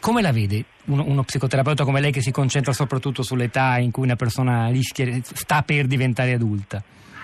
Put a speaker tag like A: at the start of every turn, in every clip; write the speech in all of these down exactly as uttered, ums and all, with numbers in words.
A: Come la vede uno, uno psicoterapeuta come lei, che si concentra soprattutto sull'età in cui una persona rischia, sta per diventare adulta?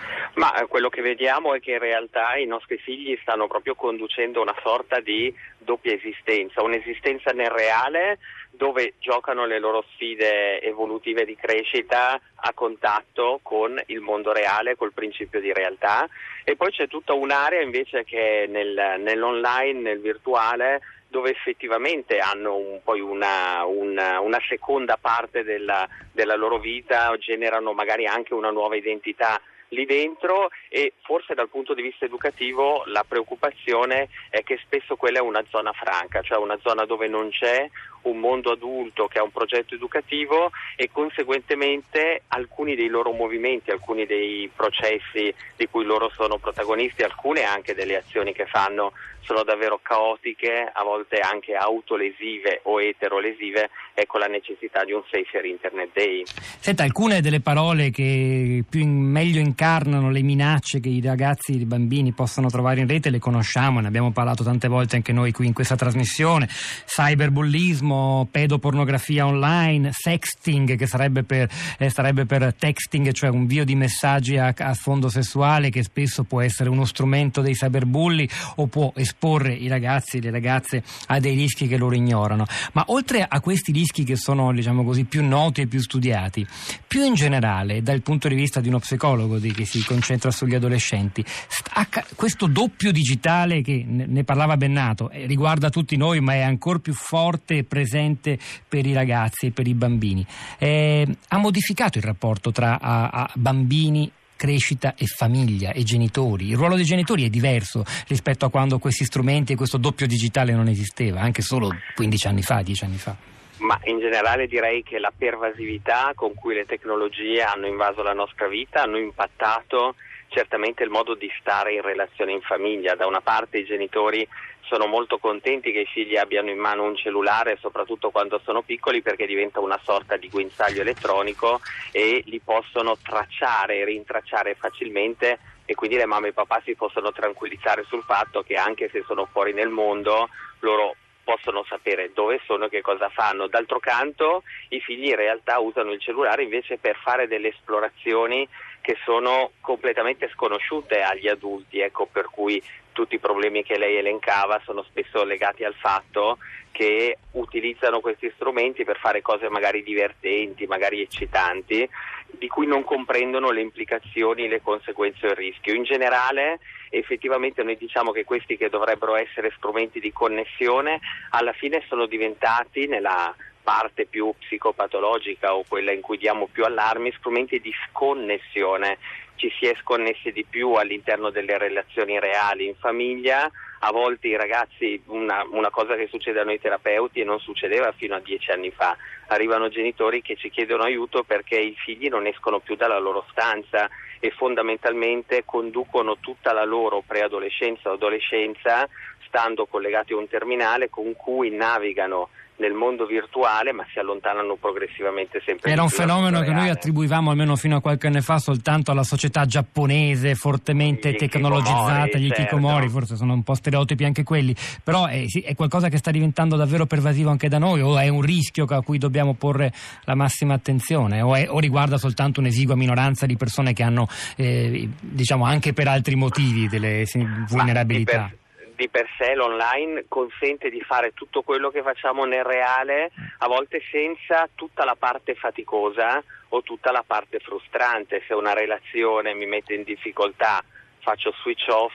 B: Ma quello che vediamo è che in realtà i nostri figli stanno proprio conducendo una sorta di doppia esistenza, un'esistenza nel reale dove giocano le loro sfide evolutive di crescita a contatto con il mondo reale, col principio di realtà, e poi c'è tutta un'area invece che è nel, nell'online, nel virtuale, dove effettivamente hanno un, poi una, una, una seconda parte della, della loro vita, generano magari anche una nuova identità lì dentro, e forse dal punto di vista educativo la preoccupazione è che spesso quella è una zona franca, cioè una zona dove non c'è un mondo adulto che ha un progetto educativo, e conseguentemente alcuni dei loro movimenti, alcuni dei processi di cui loro sono protagonisti, alcune anche delle azioni che fanno sono davvero caotiche, a volte anche autolesive o eterolesive. Ecco la necessità di un Safer Internet Day.
A: Senta, alcune delle parole che più in, meglio incarnano le minacce che i ragazzi, i bambini possono trovare in rete le conosciamo, ne abbiamo parlato tante volte anche noi qui in questa trasmissione: cyberbullismo, pedopornografia online, sexting, che sarebbe per, eh, sarebbe per texting, cioè un invio di messaggi a, a sfondo sessuale, che spesso può essere uno strumento dei cyberbulli o può esporre i ragazzi e le ragazze a dei rischi che loro ignorano. Ma oltre a questi rischi che sono, diciamo così, più noti e più studiati, più in generale dal punto di vista di uno psicologo di, che si concentra sugli adolescenti, questo doppio digitale che ne parlava Bennato eh, riguarda tutti noi, ma è ancora più forte e presente per i ragazzi e per i bambini, eh, ha modificato il rapporto tra a, a bambini, crescita e famiglia e genitori. Il ruolo dei genitori è diverso rispetto a quando questi strumenti e questo doppio digitale non esisteva, anche solo quindici anni fa, dieci anni fa.
B: Ma in generale direi che la pervasività con cui le tecnologie hanno invaso la nostra vita hanno impattato certamente il modo di stare in relazione in famiglia. Da una parte i genitori sono molto contenti che i figli abbiano in mano un cellulare, soprattutto quando sono piccoli, perché diventa una sorta di guinzaglio elettronico e li possono tracciare e rintracciare facilmente, e quindi le mamme e i papà si possono tranquillizzare sul fatto che anche se sono fuori nel mondo loro possono sapere dove sono e che cosa fanno. D'altro canto i figli in realtà usano il cellulare invece per fare delle esplorazioni che sono completamente sconosciute agli adulti, ecco per cui tutti i problemi che lei elencava sono spesso legati al fatto che utilizzano questi strumenti per fare cose magari divertenti, magari eccitanti, di cui non comprendono le implicazioni, le conseguenze o il rischio. In generale, effettivamente noi diciamo che questi che dovrebbero essere strumenti di connessione, alla fine sono diventati, nella parte più psicopatologica o quella in cui diamo più allarmi, strumenti di sconnessione. Ci si è sconnessi di più all'interno delle relazioni reali in famiglia. A volte i ragazzi, una, una cosa che succede a noi terapeuti e non succedeva fino a dieci anni fa, arrivano genitori che ci chiedono aiuto perché i figli non escono più dalla loro stanza e fondamentalmente conducono tutta la loro preadolescenza o adolescenza stando collegati a un terminale con cui navigano nel mondo virtuale, ma si allontanano progressivamente sempre.
A: Era
B: di
A: un
B: più
A: fenomeno che
B: reale.
A: noi attribuivamo almeno fino a qualche anno fa soltanto alla società giapponese fortemente
B: Gli
A: tecnologizzata, gli
B: certo.
A: hikikomori, forse sono un po' stereotipi anche quelli, però è, sì, è qualcosa che sta diventando davvero pervasivo anche da noi, o è un rischio a cui dobbiamo porre la massima attenzione, o, è, o riguarda soltanto un'esigua minoranza di persone che hanno eh, diciamo anche per altri motivi delle vulnerabilità?
B: Di per sé l'online consente di fare tutto quello che facciamo nel reale, a volte senza tutta la parte faticosa o tutta la parte frustrante. Se una relazione mi mette in difficoltà, faccio switch off,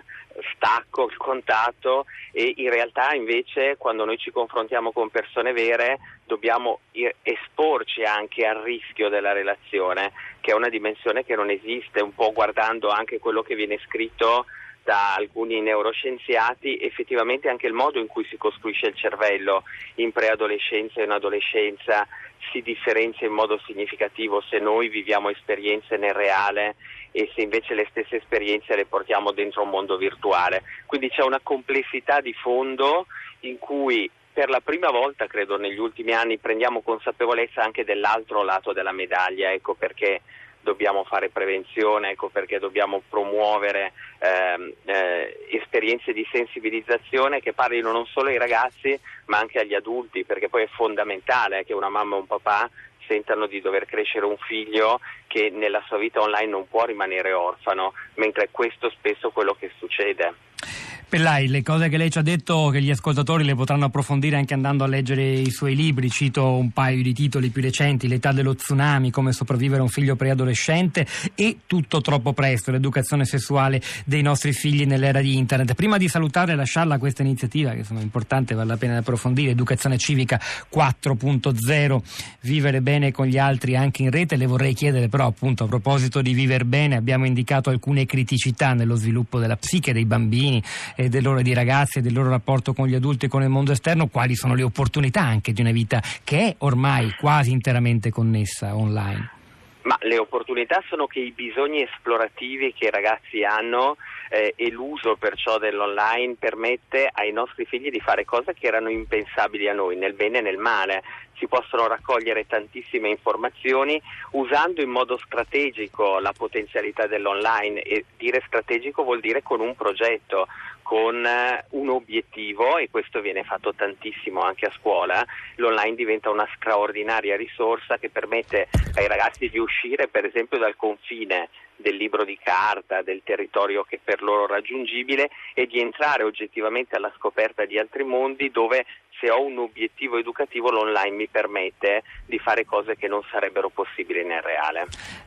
B: stacco il contatto, e in realtà invece quando noi ci confrontiamo con persone vere dobbiamo esporci anche al rischio della relazione, che è una dimensione che non esiste. Un po' guardando anche quello che viene scritto da alcuni neuroscienziati, effettivamente anche il modo in cui si costruisce il cervello in preadolescenza e in adolescenza si differenzia in modo significativo se noi viviamo esperienze nel reale e se invece le stesse esperienze le portiamo dentro un mondo virtuale. Quindi c'è una complessità di fondo in cui per la prima volta, credo, negli ultimi anni prendiamo consapevolezza anche dell'altro lato della medaglia, ecco perché dobbiamo fare prevenzione, ecco perché dobbiamo promuovere ehm, eh, esperienze di sensibilizzazione che parlino non solo ai ragazzi ma anche agli adulti, perché poi è fondamentale che una mamma e un papà sentano di dover crescere un figlio che nella sua vita online non può rimanere orfano, mentre questo spesso è quello che succede.
A: Pellai, le cose che lei ci ha detto che gli ascoltatori le potranno approfondire anche andando a leggere i suoi libri. Cito un paio di titoli più recenti: L'età dello tsunami, come sopravvivere a un figlio preadolescente, e Tutto troppo presto, l'educazione sessuale dei nostri figli nell'era di internet. Prima di salutare e lasciarla a questa iniziativa che sono importante, vale la pena approfondire, Educazione civica quattro punto zero, vivere bene con gli altri anche in rete, le vorrei chiedere però, appunto, a proposito di viver bene, abbiamo indicato alcune criticità nello sviluppo della psiche dei bambini e del loro, dei ragazzi e del loro rapporto con gli adulti e con il mondo esterno. Quali sono le opportunità anche di una vita che è ormai quasi interamente connessa online?
B: Ma le opportunità sono che i bisogni esplorativi che i ragazzi hanno eh, e l'uso perciò dell'online permette ai nostri figli di fare cose che erano impensabili a noi, nel bene e nel male. Si possono raccogliere tantissime informazioni usando in modo strategico la potenzialità dell'online, e dire strategico vuol dire con un progetto, con un obiettivo, e questo viene fatto tantissimo anche a scuola. L'online diventa una straordinaria risorsa che permette ai ragazzi di uscire per esempio dal confine del libro di carta, del territorio che è per loro raggiungibile, e di entrare oggettivamente alla scoperta di altri mondi dove, se ho un obiettivo educativo, l'online mi permette di fare cose che non sarebbero possibili nel reale.